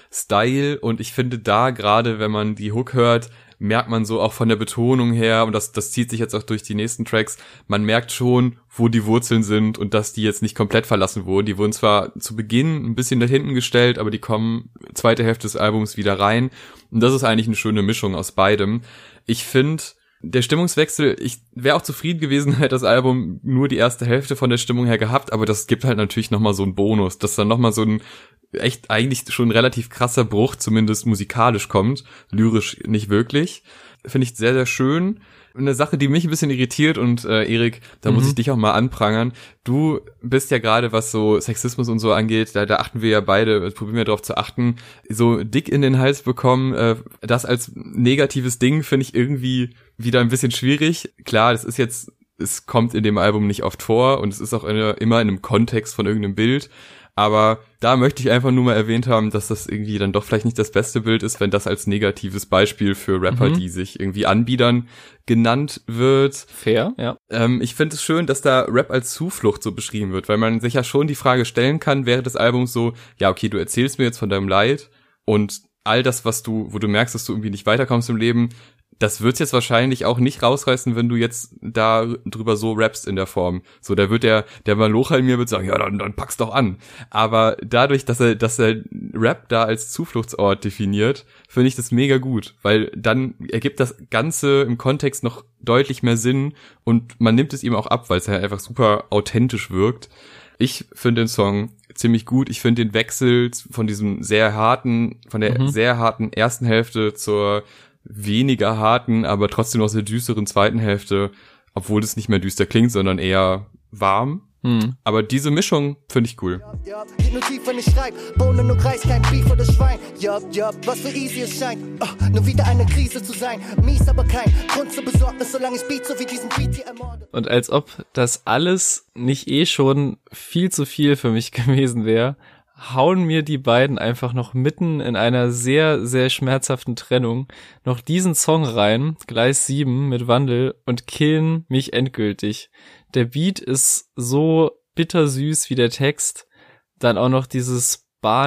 Style und ich finde da gerade, wenn man die Hook hört, merkt man so auch von der Betonung her, und das das zieht sich jetzt auch durch die nächsten Tracks, man merkt schon, wo die Wurzeln sind und dass die jetzt nicht komplett verlassen wurden. Die wurden zwar zu Beginn ein bisschen da hinten gestellt, aber die kommen zweite Hälfte des Albums wieder rein und das ist eigentlich eine schöne Mischung aus beidem. Ich finde, der Stimmungswechsel, ich wäre auch zufrieden gewesen, hätte das Album nur die erste Hälfte von der Stimmung her gehabt, aber das gibt halt natürlich nochmal so einen Bonus, dass dann nochmal so ein echt eigentlich schon ein relativ krasser Bruch, zumindest musikalisch kommt, lyrisch nicht wirklich. Finde ich sehr, sehr schön. Eine Sache, die mich ein bisschen irritiert und äh, Erik, da mhm. muss ich dich auch mal anprangern. Du bist ja gerade, was so Sexismus und so angeht, da, da achten wir ja beide, probieren wir darauf zu achten, so dick in den Hals bekommen, äh, das als negatives Ding finde ich irgendwie wieder ein bisschen schwierig. Klar, das ist jetzt, es kommt in dem Album nicht oft vor und es ist auch in, immer in einem Kontext von irgendeinem Bild. Aber da möchte ich einfach nur mal erwähnt haben, dass das irgendwie dann doch vielleicht nicht das beste Bild ist, wenn das als negatives Beispiel für Rapper, mhm. die sich irgendwie anbiedern, genannt wird. Fair, ja. Ähm, ich finde es schön, dass da Rap als Zuflucht so beschrieben wird, weil man sich ja schon die Frage stellen kann während des Albums so, ja okay, du erzählst mir jetzt von deinem Leid und all das, was du, wo du merkst, dass du irgendwie nicht weiterkommst im Leben, das wird's jetzt wahrscheinlich auch nicht rausreißen, wenn du jetzt da drüber so rappst in der Form. So, da wird der, der Malocha in mir wird sagen, ja, dann, dann pack's doch an. Aber dadurch, dass er, dass er Rap da als Zufluchtsort definiert, finde ich das mega gut, weil dann ergibt das Ganze im Kontext noch deutlich mehr Sinn und man nimmt es ihm auch ab, weil es ja einfach super authentisch wirkt. Ich finde den Song ziemlich gut. Ich finde den Wechsel von diesem sehr harten, von der mhm. sehr harten ersten Hälfte zur weniger harten, aber trotzdem noch sehr düsteren zweiten Hälfte, obwohl es nicht mehr düster klingt, sondern eher warm. Hm. Aber diese Mischung finde ich cool. Ja, ja, geht nur tief, wenn ich schreib. Bohnen und Reis, kein Beef oder Schwein. Ja, ja, was für easy es scheint. Oh, nur wieder eine Krise zu sein. Mies, aber kein Grund zur Besorgnis, solange ich Beat so wie diesen Beat hier ermorde. Und als ob das alles nicht eh schon viel zu viel für mich gewesen wäre, hauen mir die beiden einfach noch mitten in einer sehr, sehr schmerzhaften Trennung noch diesen Song rein, Gleis sieben mit Wandel, und killen mich endgültig. Der Beat ist so bittersüß wie der Text. Dann auch noch dieses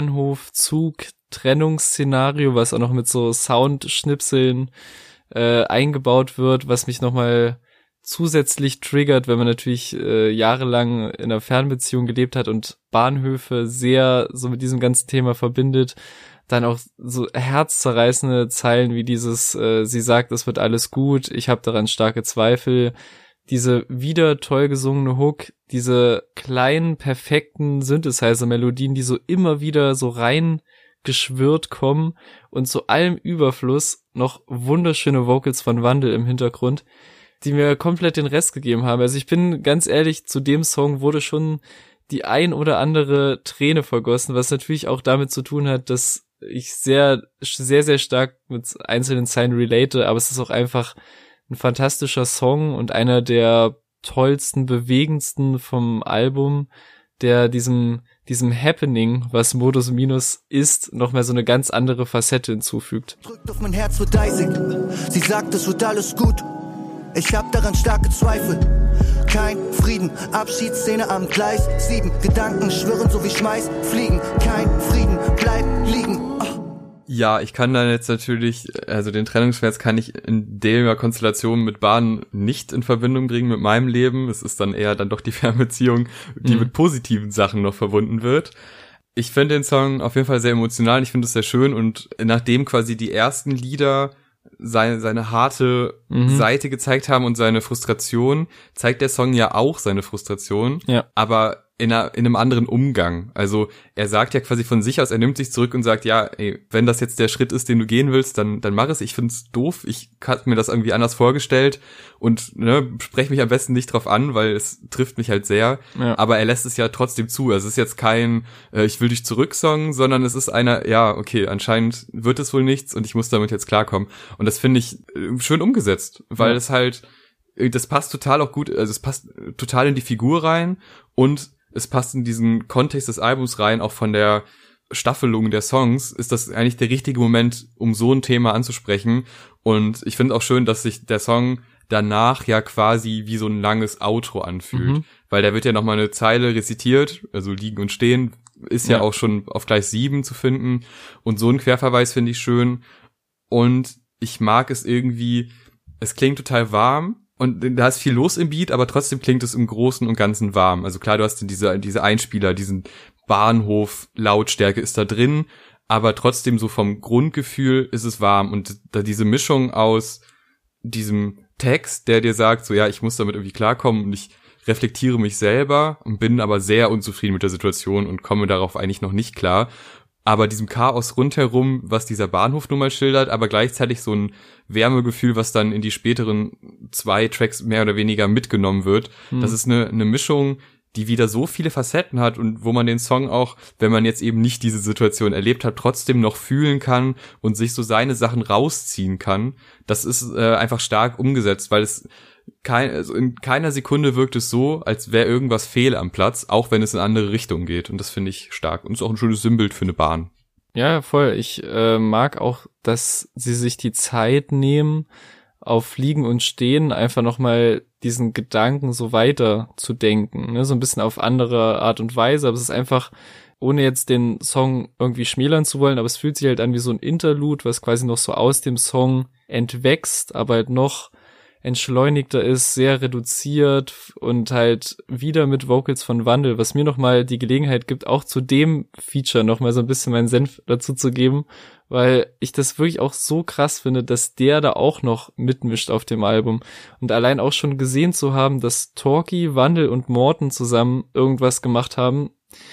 Bahnhof-Zug-Trennungsszenario, was auch noch mit so Soundschnipseln äh, eingebaut wird, was mich nochmal zusätzlich triggert, wenn man natürlich äh, jahrelang in einer Fernbeziehung gelebt hat und Bahnhöfe sehr so mit diesem ganzen Thema verbindet. Dann auch so herzzerreißende Zeilen wie dieses, äh, sie sagt, es wird alles gut, ich habe daran starke Zweifel. Diese wieder toll gesungene Hook, diese kleinen, perfekten Synthesizer-Melodien, die so immer wieder so rein geschwirrt kommen und zu allem Überfluss noch wunderschöne Vocals von Wandel im Hintergrund, die mir komplett den Rest gegeben haben. Also ich bin ganz ehrlich, zu dem Song wurde schon die ein oder andere Träne vergossen, was natürlich auch damit zu tun hat, dass ich sehr, sehr, sehr stark mit einzelnen Zeilen relate, aber es ist auch einfach ein fantastischer Song und einer der tollsten, bewegendsten vom Album, der diesem, diesem Happening, was Modus Minus ist, noch mal so eine ganz andere Facette hinzufügt. Drückt auf mein Herz, wird eisig. Sie sagt, es wird alles gut. Ich hab daran starke Zweifel. Kein Frieden, Abschiedsszene am Gleis sieben. Gedanken schwirren so wie Schmeiß, fliegen. Kein Frieden, bleib liegen. Oh. Ja, ich kann dann jetzt natürlich, also den Trennungsschmerz kann ich in der Konstellation mit Bahn nicht in Verbindung bringen mit meinem Leben. Es ist dann eher dann doch die Fernbeziehung, die mhm. mit positiven Sachen noch verbunden wird. Ich finde den Song auf jeden Fall sehr emotional. Ich finde es sehr schön und nachdem quasi die ersten Lieder seine, seine harte mhm. Seite gezeigt haben und seine Frustration, zeigt der Song ja auch seine Frustration, ja. aber in, einer, in einem anderen Umgang. Also er sagt ja quasi von sich aus, er nimmt sich zurück und sagt, ja, ey, wenn das jetzt der Schritt ist, den du gehen willst, dann dann mach es. Ich find's doof, ich hatte mir das irgendwie anders vorgestellt und ne, sprech mich am besten nicht drauf an, weil es trifft mich halt sehr. Ja. Aber er lässt es ja trotzdem zu. Also es ist jetzt kein äh, ich will dich zurück-Song, sondern es ist einer, ja, okay, anscheinend wird es wohl nichts und ich muss damit jetzt klarkommen. Und das finde ich äh, schön umgesetzt, weil ja. es halt, das passt total auch gut, also es passt total in die Figur rein und es passt in diesen Kontext des Albums rein, auch von der Staffelung der Songs ist das eigentlich der richtige Moment, um so ein Thema anzusprechen. Und ich finde auch schön, dass sich der Song danach ja quasi wie so ein langes Outro anfühlt. Mhm. Weil da wird ja nochmal eine Zeile rezitiert, also liegen und stehen, ist ja, ja auch schon auf gleich sieben zu finden. Und so ein Querverweis finde ich schön. Und ich mag es irgendwie, es klingt total warm. Und da ist viel los im Beat, aber trotzdem klingt es im Großen und Ganzen warm. Also klar, du hast diese, diese Einspieler, diesen Bahnhof, Lautstärke ist da drin, aber trotzdem so vom Grundgefühl ist es warm. Und da diese Mischung aus diesem Text, der dir sagt, so ja, ich muss damit irgendwie klarkommen und ich reflektiere mich selber und bin aber sehr unzufrieden mit der Situation und komme darauf eigentlich noch nicht klar. Aber diesem Chaos rundherum, was dieser Bahnhof nun mal schildert, aber gleichzeitig so ein Wärmegefühl, was dann in die späteren zwei Tracks mehr oder weniger mitgenommen wird. Hm. Das ist eine, eine Mischung, die wieder so viele Facetten hat und wo man den Song auch, wenn man jetzt eben nicht diese Situation erlebt hat, trotzdem noch fühlen kann und sich so seine Sachen rausziehen kann. Das ist äh, einfach stark umgesetzt, weil es kein, also in keiner Sekunde wirkt es so, als wäre irgendwas fehl am Platz, auch wenn es in andere Richtungen geht. Und das finde ich stark. Und ist auch ein schönes Sinnbild für eine Bahn. Ja, voll. Ich äh, mag auch, dass sie sich die Zeit nehmen, auf Liegen und Stehen einfach nochmal diesen Gedanken so weiter zu denken. Ne? So ein bisschen auf andere Art und Weise. Aber es ist einfach, ohne jetzt den Song irgendwie schmälern zu wollen, aber es fühlt sich halt an wie so ein Interlude, was quasi noch so aus dem Song entwächst, aber halt noch entschleunigter ist, sehr reduziert und halt wieder mit Vocals von Wandel, was mir nochmal die Gelegenheit gibt, auch zu dem Feature nochmal so ein bisschen meinen Senf dazu zu geben, weil ich das wirklich auch so krass finde, dass der da auch noch mitmischt auf dem Album. Und allein auch schon gesehen zu haben, dass Talkie, Wandel und Morten zusammen irgendwas gemacht haben,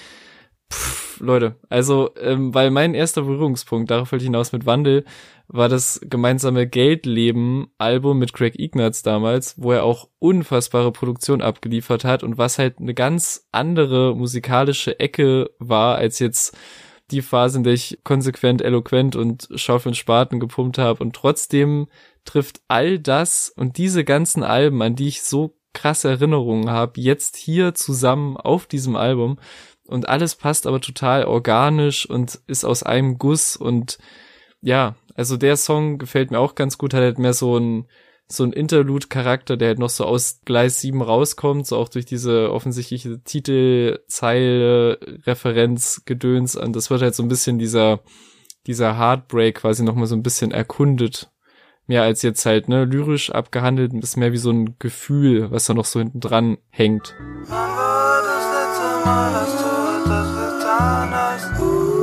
pff, Leute, also, ähm, weil mein erster Berührungspunkt, darauf wollte ich hinaus mit Wandel, war das gemeinsame Geldleben-Album mit Craig Ignatz damals, wo er auch unfassbare Produktion abgeliefert hat und was halt eine ganz andere musikalische Ecke war, als jetzt die Phase, in der ich konsequent, eloquent und Schaufel und Spaten gepumpt habe. Und trotzdem trifft all das und diese ganzen Alben, an die ich so krasse Erinnerungen habe, jetzt hier zusammen auf diesem Album. Und alles passt aber total organisch und ist aus einem Guss. Und ja, also der Song gefällt mir auch ganz gut, hat halt mehr so ein so ein Interlude-Charakter, der halt noch so aus Gleis sieben rauskommt, so auch durch diese offensichtliche Titelzeile, Referenz, Gedöns. Und das wird halt so ein bisschen dieser dieser Heartbreak quasi nochmal so ein bisschen erkundet. Mehr als jetzt halt, ne, lyrisch abgehandelt, ein bisschen mehr wie so ein Gefühl, was da noch so hinten dran hängt. Wann war das letzte Mal, dass du etwas getan hast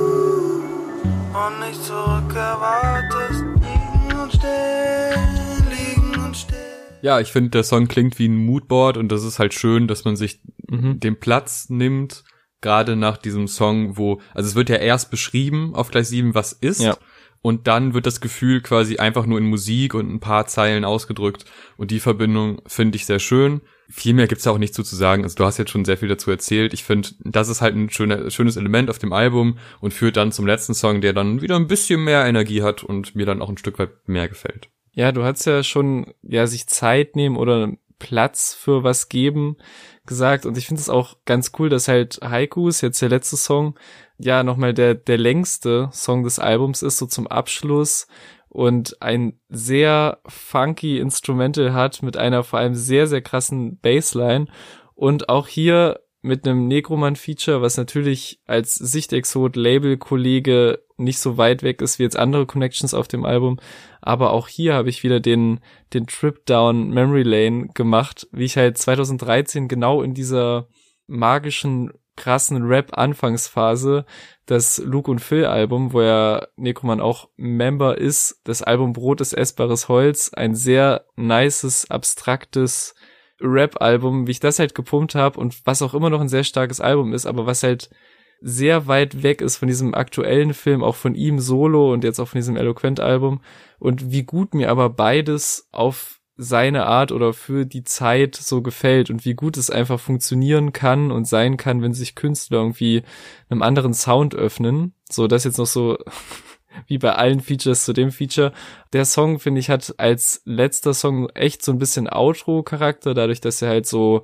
und nicht zurückerwartest? Liegen und stehen, liegen und stehen. Ja, ich finde, der Song klingt wie ein Moodboard und das ist halt schön, dass man sich mhm. den Platz nimmt, gerade nach diesem Song, wo, also es wird ja erst beschrieben auf Gleis sieben, was ist. Ja. Und dann wird das Gefühl quasi einfach nur in Musik und ein paar Zeilen ausgedrückt. Und die Verbindung finde ich sehr schön. Viel mehr gibt's da auch nicht zu, zu sagen. Also du hast jetzt schon sehr viel dazu erzählt. Ich finde, das ist halt ein schöner, schönes Element auf dem Album und führt dann zum letzten Song, der dann wieder ein bisschen mehr Energie hat und mir dann auch ein Stück weit mehr gefällt. Ja, du hast ja schon, ja, sich Zeit nehmen oder Platz für was geben gesagt. Und ich finde es auch ganz cool, dass halt Haikus, jetzt der letzte Song, ja, nochmal der, der längste Song des Albums ist, so zum Abschluss und ein sehr funky Instrumental hat mit einer vor allem sehr, sehr krassen Bassline und auch hier mit einem Negroman-Feature, was natürlich als Sichtexot-Label-Kollege nicht so weit weg ist wie jetzt andere Connections auf dem Album, aber auch hier habe ich wieder den den Trip down Memory Lane gemacht, wie ich halt zwanzig dreizehn genau in dieser magischen krassen Rap-Anfangsphase das Luke und Phil Album, wo ja Negroman auch Member ist, das Album Brot ist essbares Holz, ein sehr nices, abstraktes Rap-Album, wie ich das halt gepumpt habe und was auch immer noch ein sehr starkes Album ist, aber was halt sehr weit weg ist von diesem aktuellen Film, auch von ihm solo und jetzt auch von diesem Eloquent-Album und wie gut mir aber beides auf seine Art oder für die Zeit so gefällt und wie gut es einfach funktionieren kann und sein kann, wenn sich Künstler irgendwie einem anderen Sound öffnen. So, das jetzt noch so wie bei allen Features zu dem Feature. Der Song, finde ich, hat als letzter Song echt so ein bisschen Outro-Charakter, dadurch, dass er halt so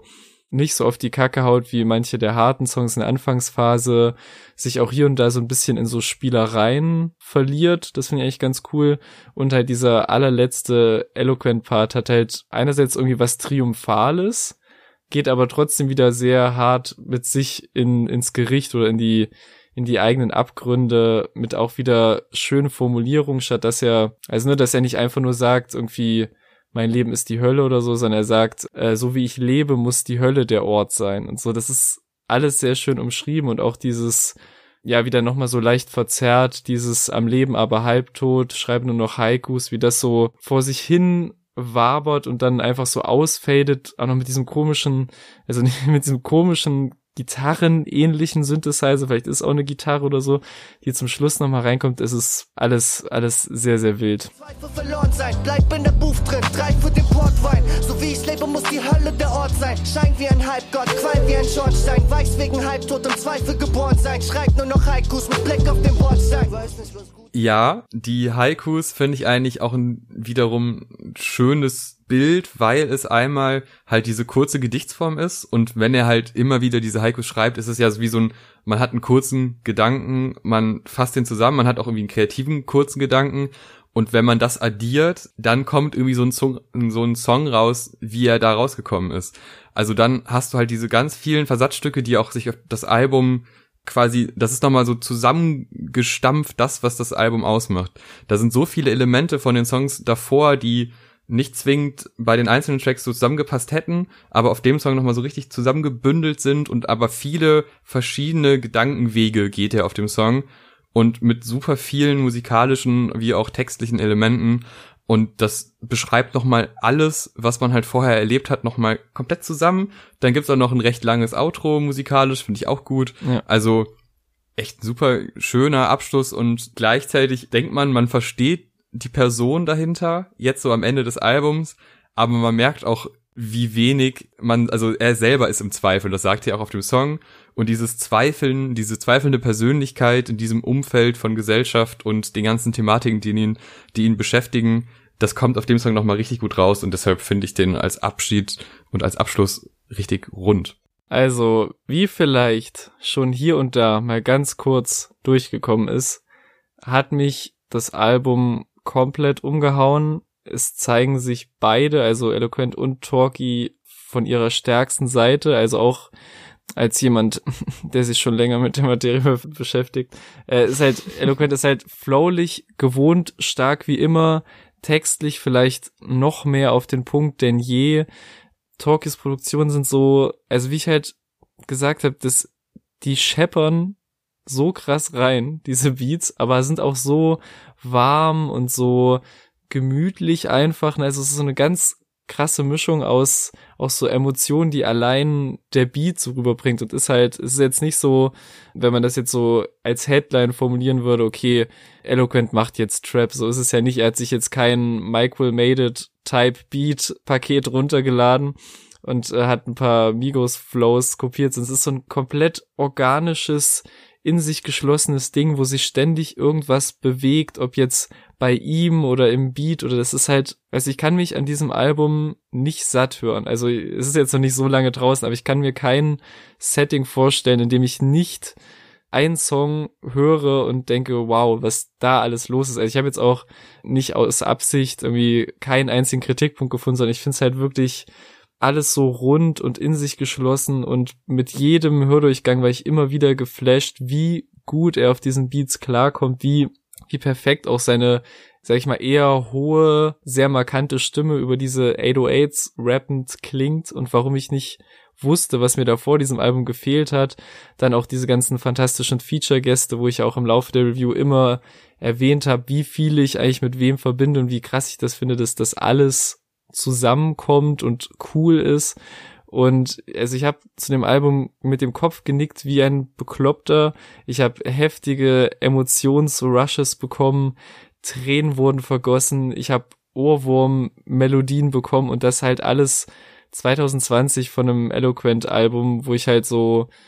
nicht so auf die Kacke haut wie manche der harten Songs in der Anfangsphase, sich auch hier und da so ein bisschen in so Spielereien verliert. Das finde ich eigentlich ganz cool. Und halt dieser allerletzte Eloquent-Part hat halt einerseits irgendwie was Triumphales, geht aber trotzdem wieder sehr hart mit sich in ins Gericht oder in die in die eigenen Abgründe, mit auch wieder schönen Formulierungen, statt dass er, also nur, dass er nicht einfach nur sagt, irgendwie, mein Leben ist die Hölle oder so, sondern er sagt, äh, so wie ich lebe, muss die Hölle der Ort sein und so. Das ist alles sehr schön umschrieben und auch dieses, ja, wieder nochmal so leicht verzerrt, dieses am Leben aber halbtot, schreibe nur noch Haikus, wie das so vor sich hin wabert und dann einfach so ausfadet, auch noch mit diesem komischen, also nicht mit diesem komischen Gitarren-ähnlichen Synthesizer, vielleicht ist es auch eine Gitarre oder so, die zum Schluss nochmal reinkommt. Es ist alles, alles sehr, sehr wild. Zweifel verloren sein, bleib in der Booth drin, drei für den Portwein. So wie ich lebe, muss die Hölle der Ort sein. Schein wie ein Halbgott, qualm wie ein Schornstein. Weiß wegen Halbtod und Zweifel geboren sein. Schreib nur noch Haikus mit Blick auf den Bordstein. Weiß nicht, was gut. Ja, die Haikus finde ich eigentlich auch ein wiederum schönes Bild, weil es einmal halt diese kurze Gedichtsform ist und wenn er halt immer wieder diese Haikus schreibt, ist es ja so wie so ein, man hat einen kurzen Gedanken, man fasst den zusammen, man hat auch irgendwie einen kreativen kurzen Gedanken und wenn man das addiert, dann kommt irgendwie so ein Song, so ein Song raus, wie er da rausgekommen ist. Also dann hast du halt diese ganz vielen Versatzstücke, die auch sich auf das Album quasi, das ist nochmal so zusammengestampft, das, was das Album ausmacht. Da sind so viele Elemente von den Songs davor, die nicht zwingend bei den einzelnen Tracks so zusammengepasst hätten, aber auf dem Song nochmal so richtig zusammengebündelt sind und aber viele verschiedene Gedankenwege geht er auf dem Song und mit super vielen musikalischen wie auch textlichen Elementen und das beschreibt nochmal alles, was man halt vorher erlebt hat, nochmal komplett zusammen. Dann gibt's auch noch ein recht langes Outro musikalisch, finde ich auch gut. Ja. Also echt ein super schöner Abschluss und gleichzeitig denkt man, man versteht die Person dahinter, jetzt so am Ende des Albums, aber man merkt auch, wie wenig man, also er selber ist im Zweifel, das sagt er auch auf dem Song, und dieses Zweifeln, diese zweifelnde Persönlichkeit in diesem Umfeld von Gesellschaft und den ganzen Thematiken, die ihn, die ihn beschäftigen, das kommt auf dem Song nochmal richtig gut raus und deshalb finde ich den als Abschied und als Abschluss richtig rund. Also, wie vielleicht schon hier und da mal ganz kurz durchgekommen ist, hat mich das Album komplett umgehauen. Es zeigen sich beide, also Eloquent und Talky, von ihrer stärksten Seite, also auch als jemand, der sich schon länger mit der Materie beschäftigt. Äh, ist halt, Eloquent ist halt flowlich, gewohnt, stark wie immer, textlich vielleicht noch mehr auf den Punkt denn je. Talkys Produktionen sind so, also wie ich halt gesagt habe, das, die scheppern so krass rein, diese Beats, aber sind auch so warm und so gemütlich einfach. Also es ist so eine ganz krasse Mischung aus aus so Emotionen, die allein der Beat so rüberbringt und ist halt, es ist jetzt nicht so, wenn man das jetzt so als Headline formulieren würde, okay, Eloquent macht jetzt Trap, so ist es ja nicht, er hat sich jetzt kein Mike Will Made It Type Beat Paket runtergeladen und äh, hat ein paar Migos Flows kopiert, sondern es ist so ein komplett organisches, in sich geschlossenes Ding, wo sich ständig irgendwas bewegt, ob jetzt bei ihm oder im Beat oder das ist halt, also ich kann mich an diesem Album nicht satt hören. Also es ist jetzt noch nicht so lange draußen, aber ich kann mir kein Setting vorstellen, in dem ich nicht einen Song höre und denke, wow, was da alles los ist. Also ich habe jetzt auch nicht aus Absicht irgendwie keinen einzigen Kritikpunkt gefunden, sondern ich finde es halt wirklich alles so rund und in sich geschlossen und mit jedem Hördurchgang war ich immer wieder geflasht, wie gut er auf diesen Beats klarkommt, wie wie perfekt auch seine, sag ich mal, eher hohe, sehr markante Stimme über diese achthundertachts rappend klingt und warum ich nicht wusste, was mir da vor diesem Album gefehlt hat. Dann auch diese ganzen fantastischen Feature-Gäste, wo ich auch im Laufe der Review immer erwähnt habe, wie viel ich eigentlich mit wem verbinde und wie krass ich das finde, dass das alles zusammenkommt und cool ist. Und also ich habe zu dem Album mit dem Kopf genickt wie ein Bekloppter. Ich habe heftige Emotions-Rushes bekommen, Tränen wurden vergossen, ich habe Ohrwurm-Melodien bekommen und das halt alles zwanzig zwanzig von einem Eloquent-Album, wo ich halt so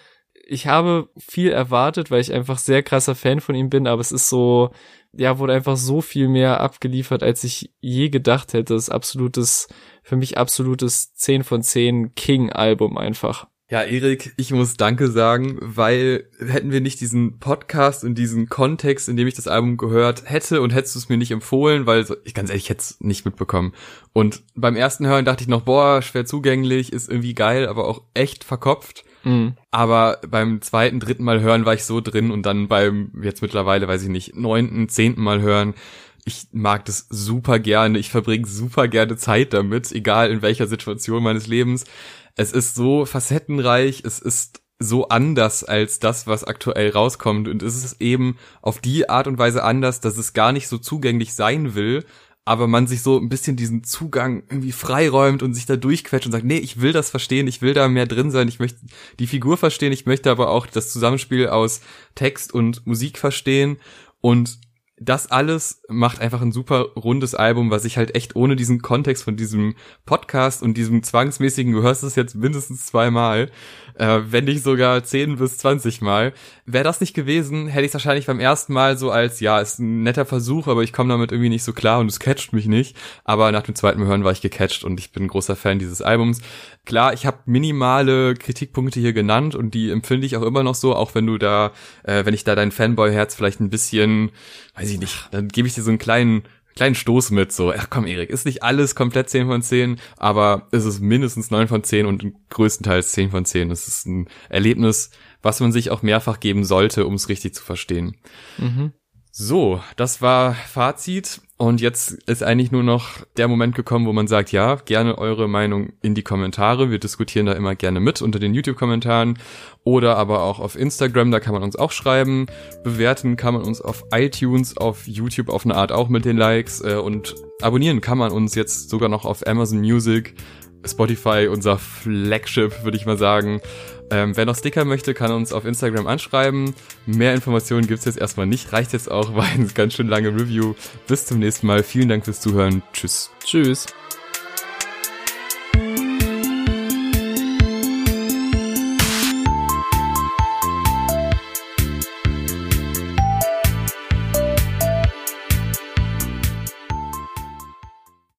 ich habe viel erwartet, weil ich einfach sehr krasser Fan von ihm bin, aber es ist so, ja, wurde einfach so viel mehr abgeliefert, als ich je gedacht hätte. Das ist absolutes, für mich absolutes zehn von zehn King-Album einfach. Ja, Erik, ich muss Danke sagen, weil hätten wir nicht diesen Podcast und diesen Kontext, in dem ich das Album gehört hätte und hättest du es mir nicht empfohlen, weil so, ich ganz ehrlich, ich hätte es nicht mitbekommen. Und beim ersten Hören dachte ich noch, boah, schwer zugänglich, ist irgendwie geil, aber auch echt verkopft. Mhm. Aber beim zweiten, dritten Mal hören war ich so drin und dann beim jetzt mittlerweile, weiß ich nicht, neunten, zehnten Mal hören, ich mag das super gerne, ich verbringe super gerne Zeit damit, egal in welcher Situation meines Lebens. Es ist so facettenreich, es ist so anders als das, was aktuell rauskommt und es ist eben auf die Art und Weise anders, dass es gar nicht so zugänglich sein will, aber man sich so ein bisschen diesen Zugang irgendwie freiräumt und sich da durchquetscht und sagt, nee, ich will das verstehen, ich will da mehr drin sein, ich möchte die Figur verstehen, ich möchte aber auch das Zusammenspiel aus Text und Musik verstehen und das alles macht einfach ein super rundes Album, was ich halt echt ohne diesen Kontext von diesem Podcast und diesem zwangsmäßigen, du hörst es jetzt mindestens zweimal, äh, wenn nicht sogar zehn bis zwanzig Mal. Wäre das nicht gewesen, hätte ich es wahrscheinlich beim ersten Mal so als, ja, ist ein netter Versuch, aber ich komme damit irgendwie nicht so klar und es catcht mich nicht. Aber nach dem zweiten Mal hören war ich gecatcht und ich bin ein großer Fan dieses Albums. Klar, ich habe minimale Kritikpunkte hier genannt und die empfinde ich auch immer noch so, auch wenn du da, äh, wenn ich da dein Fanboy-Herz vielleicht ein bisschen, weiß ich nicht, dann gebe ich dir so einen kleinen kleinen Stoß mit, so, ach komm Erik, ist nicht alles komplett zehn von zehn, aber es ist mindestens neun von zehn und größtenteils zehn von zehn. Es ist ein Erlebnis, was man sich auch mehrfach geben sollte, um es richtig zu verstehen. Mhm. So, das war Fazit und jetzt ist eigentlich nur noch der Moment gekommen, wo man sagt, ja, gerne eure Meinung in die Kommentare. Wir diskutieren da immer gerne mit unter den YouTube-Kommentaren oder aber auch auf Instagram, da kann man uns auch schreiben. Bewerten kann man uns auf iTunes, auf YouTube auf eine Art auch mit den Likes äh, und abonnieren kann man uns jetzt sogar noch auf Amazon Music, Spotify, unser Flagship, würde ich mal sagen. Ähm, wer noch Sticker möchte, kann uns auf Instagram anschreiben. Mehr Informationen gibt's jetzt erstmal nicht. Reicht jetzt auch, war eine ganz schön lange Review. Bis zum nächsten Mal. Vielen Dank fürs Zuhören. Tschüss. Tschüss.